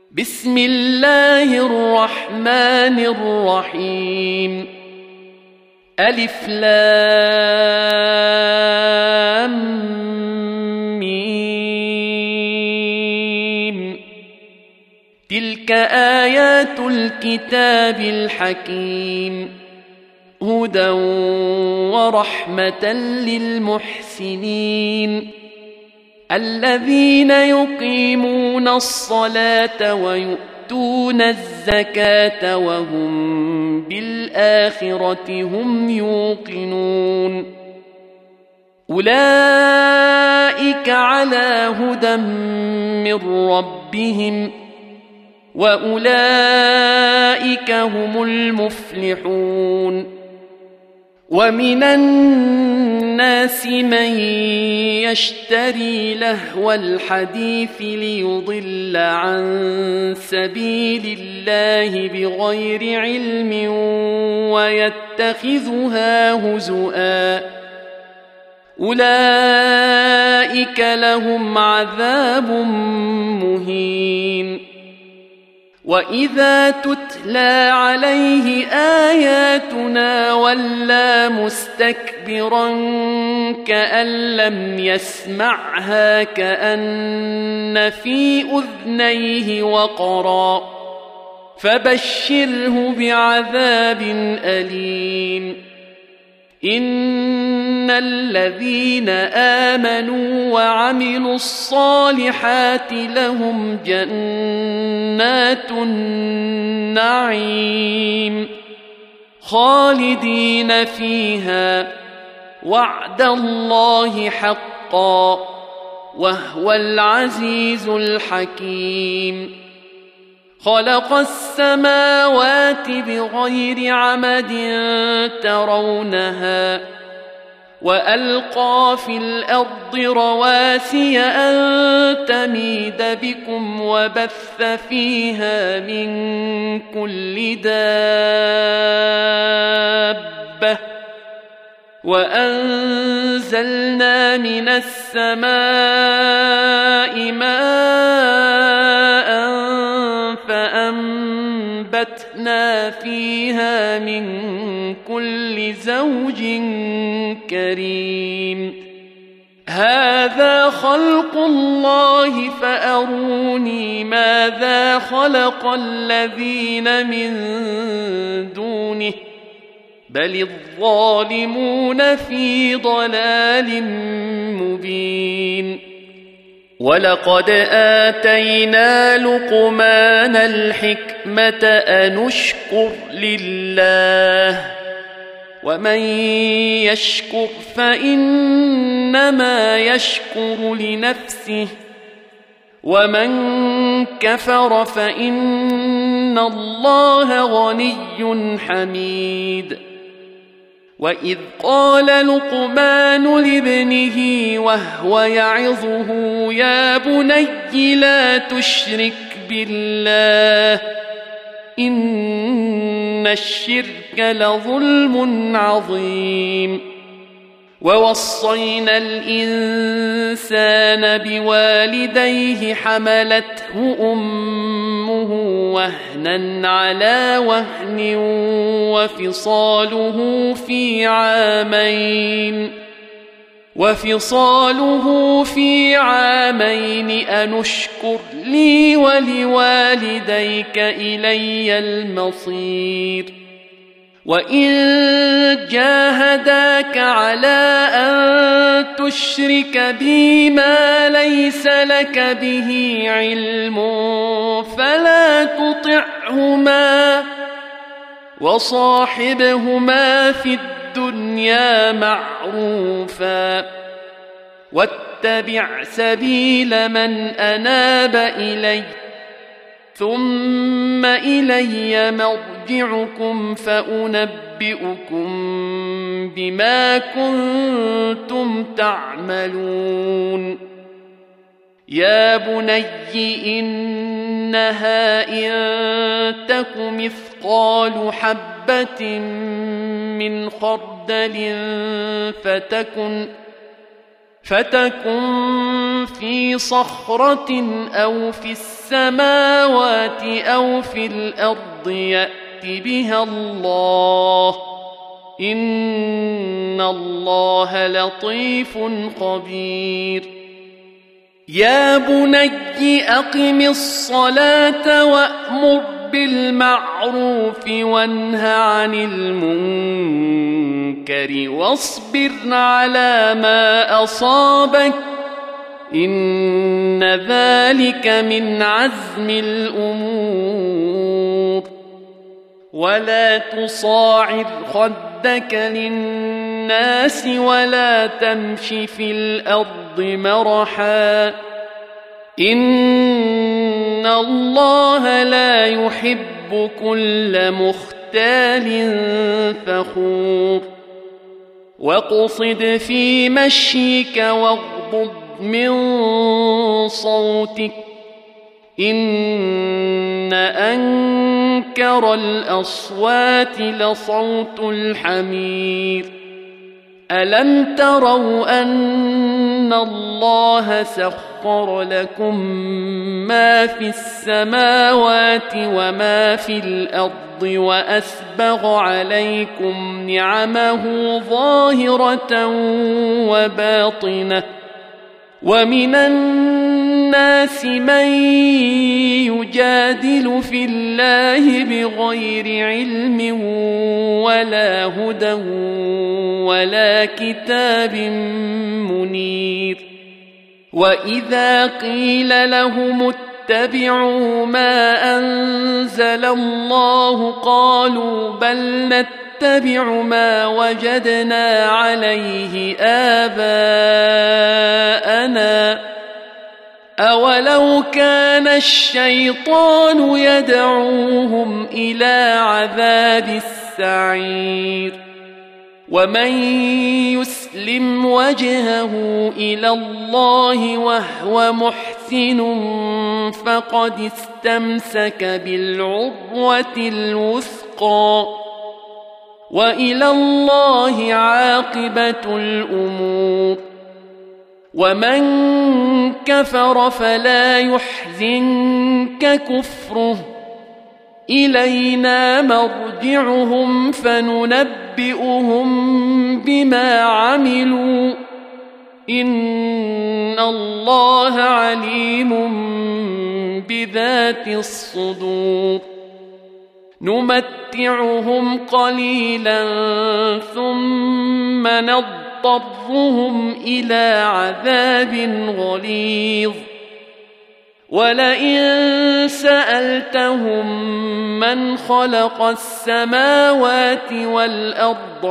بسم الله الرحمن الرحيم. ألف لام ميم. تلك آيات الكتاب الحكيم، هدى ورحمة للمحسنين الذين يقيمون الصلاة ويؤتون الزكاة وهم بالآخرة هم يوقنون. أولئك على هدى من ربهم وأولئك هم المفلحون. ومن الناس من يشتري لهو الحديث ليضل عن سبيل الله بغير علم ويتخذها هزؤا، أولئك لهم عذاب مهين. وإذا تتلى عليه آياتنا ولى مستكبرا كأن لم يسمعها كأن في أذنيه وقرا، فبشره بعذاب أليم. إن الذين آمنوا وعملوا الصالحات لهم جنات النعيم خالدين فيها، وعد الله حقا، وهو العزيز الحكيم. خلق السماوات بغير عمد ترونها، وألقى في الأرض رواسي أن تميد بكم وبث فيها من كل دابة، وأنزلنا من السماء ماء فأنبتنا فيها من كل زوج كريم. هذا خلق الله فأروني ماذا خلق الذين من دونه، بل الظالمون في ضلال مبين. ولقد آتينا لقمان الحكمة أن اشكر لله، ومن يشكر فإنما يشكر لنفسه، ومن كفر فإن الله غني حميد. وإذ قال لقمان لابنه وهو يعظه يا بني لا تشرك بالله إن الشرك لظلم عظيم. ووصينا الإنسان بوالديه حملته أمه وهنا على وهن وفصاله في عامين أن اشكر لي ولوالديك إلي المصير. وإن جاهداك على أن تشرك بي ما ليس لك به علم فلا تطعهما، وصاحبهما في الدنيا معروفا، واتبع سبيل من أناب إلي، ثم إلي مرجعكم فأنبئكم بما كنتم تعملون. يا بني إنها إن تك مثقال حبة من خردل فتكن في صخرة أو في السماوات أو في الأرض يأت بها الله إن الله لطيف خبير يا بني أقم الصلاة وأمر بالمعروف وانه عن المنكر واصبر على ما أصابك إن ذلك من عزم الأمور ولا تصاعر خدك للناس ولا تمش في الأرض مرحا إن الله لا يحب كل مختال فخور واقصد في مشيك واغضض من صوتك إن أنكر الأصوات لصوت الحمير ألم تروا أن الله سخر لكم ما في السماوات وما في الأرض وأسبغ عليكم نعمه ظاهرة وباطنة ومن الناس من يجادل في الله بغير علم ولا هدى ولا كتاب منير وإذا قيل لهم اتبعوا ما أنزل الله قالوا بل نتبع ما وجدنا عليه آباءنا أولو كان الشيطان يدعوهم إلى عذاب السعير ومن يسلم وجهه إلى الله وهو محسن فقد استمسك بالعروة الوثقى وإلى الله عاقبة الأمور ومن كفر فلا يحزنك كفره إلينا مرجعهم فننبئهم بما عملوا إن الله عليم بذات الصدور نمتعهم قليلا ثم نضطرهم إلى عذاب غليظ ولئن سألتهم من خلق السماوات والأرض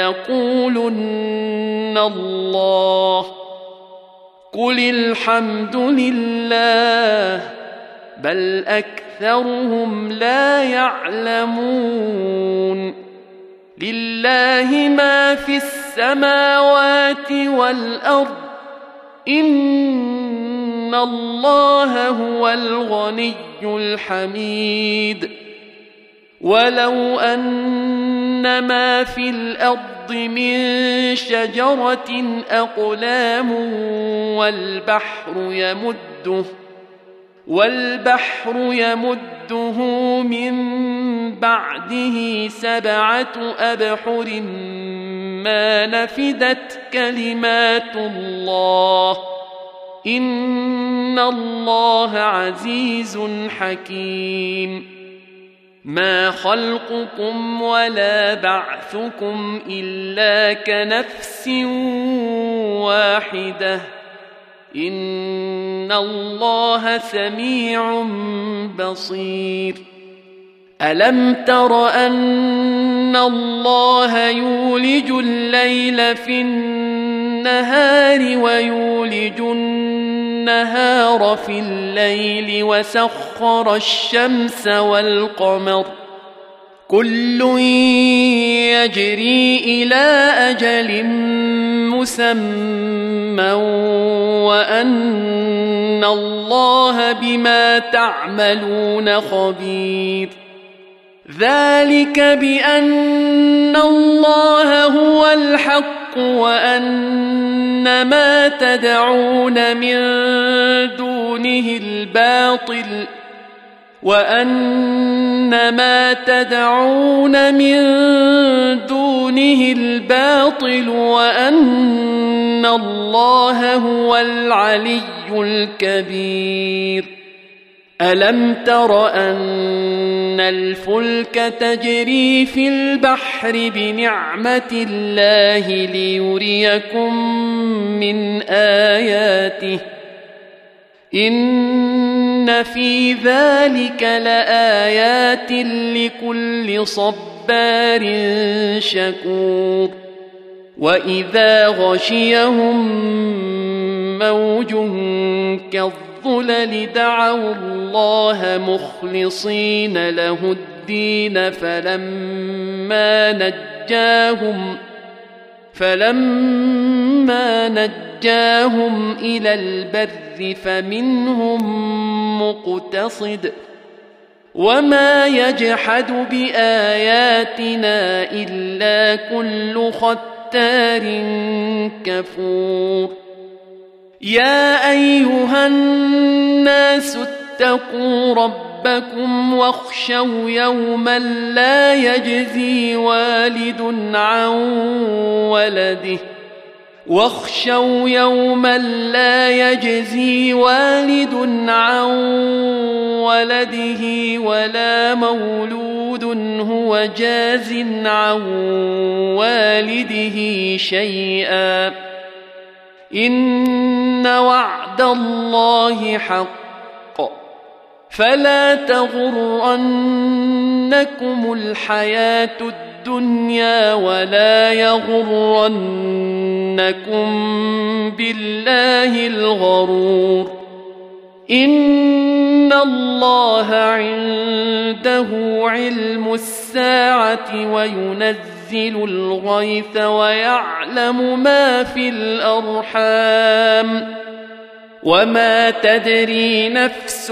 ليقولن الله قل الحمد لله بل أكثرهم لا يعلمون لله ما في السماوات والأرض إن الله هو الغني الحميد ولو أن ما في الأرض من شجرة أقلام والبحر يمده من بعده 7 أبحر ما نفدت كلمات الله إن الله عزيز حكيم ما خلقكم ولا بعثكم إلا كنفس واحدة إن الله سميع بصير ألم تر أن الله يولج الليل في النهار ويولج النهار في الليل وسخر الشمس والقمر كل يجري إلى أجل مسمى وأن الله بما تعملون خبير ذلك بأن الله هو الحق وأن ما تدعون من دونه الباطل وأن الله هو العلي الكبير. ألم تر أن الفلك تجري في البحر بنعمة الله ليريكم من آياته إن في ذلك لآيات لكل صبار شكور. وإذا غشيهم موج كالظلل دعوا الله مخلصين له الدين فلما نجاهم إلى البر فمنهم مقتصد وما يجحد بآياتنا إلا كل ختار كفور. يا أيها الناس اتقوا ربكم واخشوا يوما لا يجزي والد عن ولده ولا مولود هو جاز عن والده شيئا إن وعد الله حق فلا تغرنكم الحياة الدنيا ولا يغرنكم بالله الغرور. إن الله عنده علم الساعة وينزل الغيث ويعلم ما في الأرحام وما تدري نفس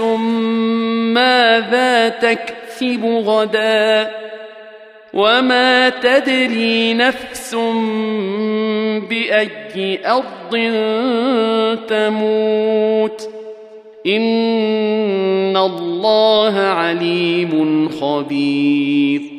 ماذا تكسب غدا وما تدري نفس بأي أرض تموت إن الله عليم خبير.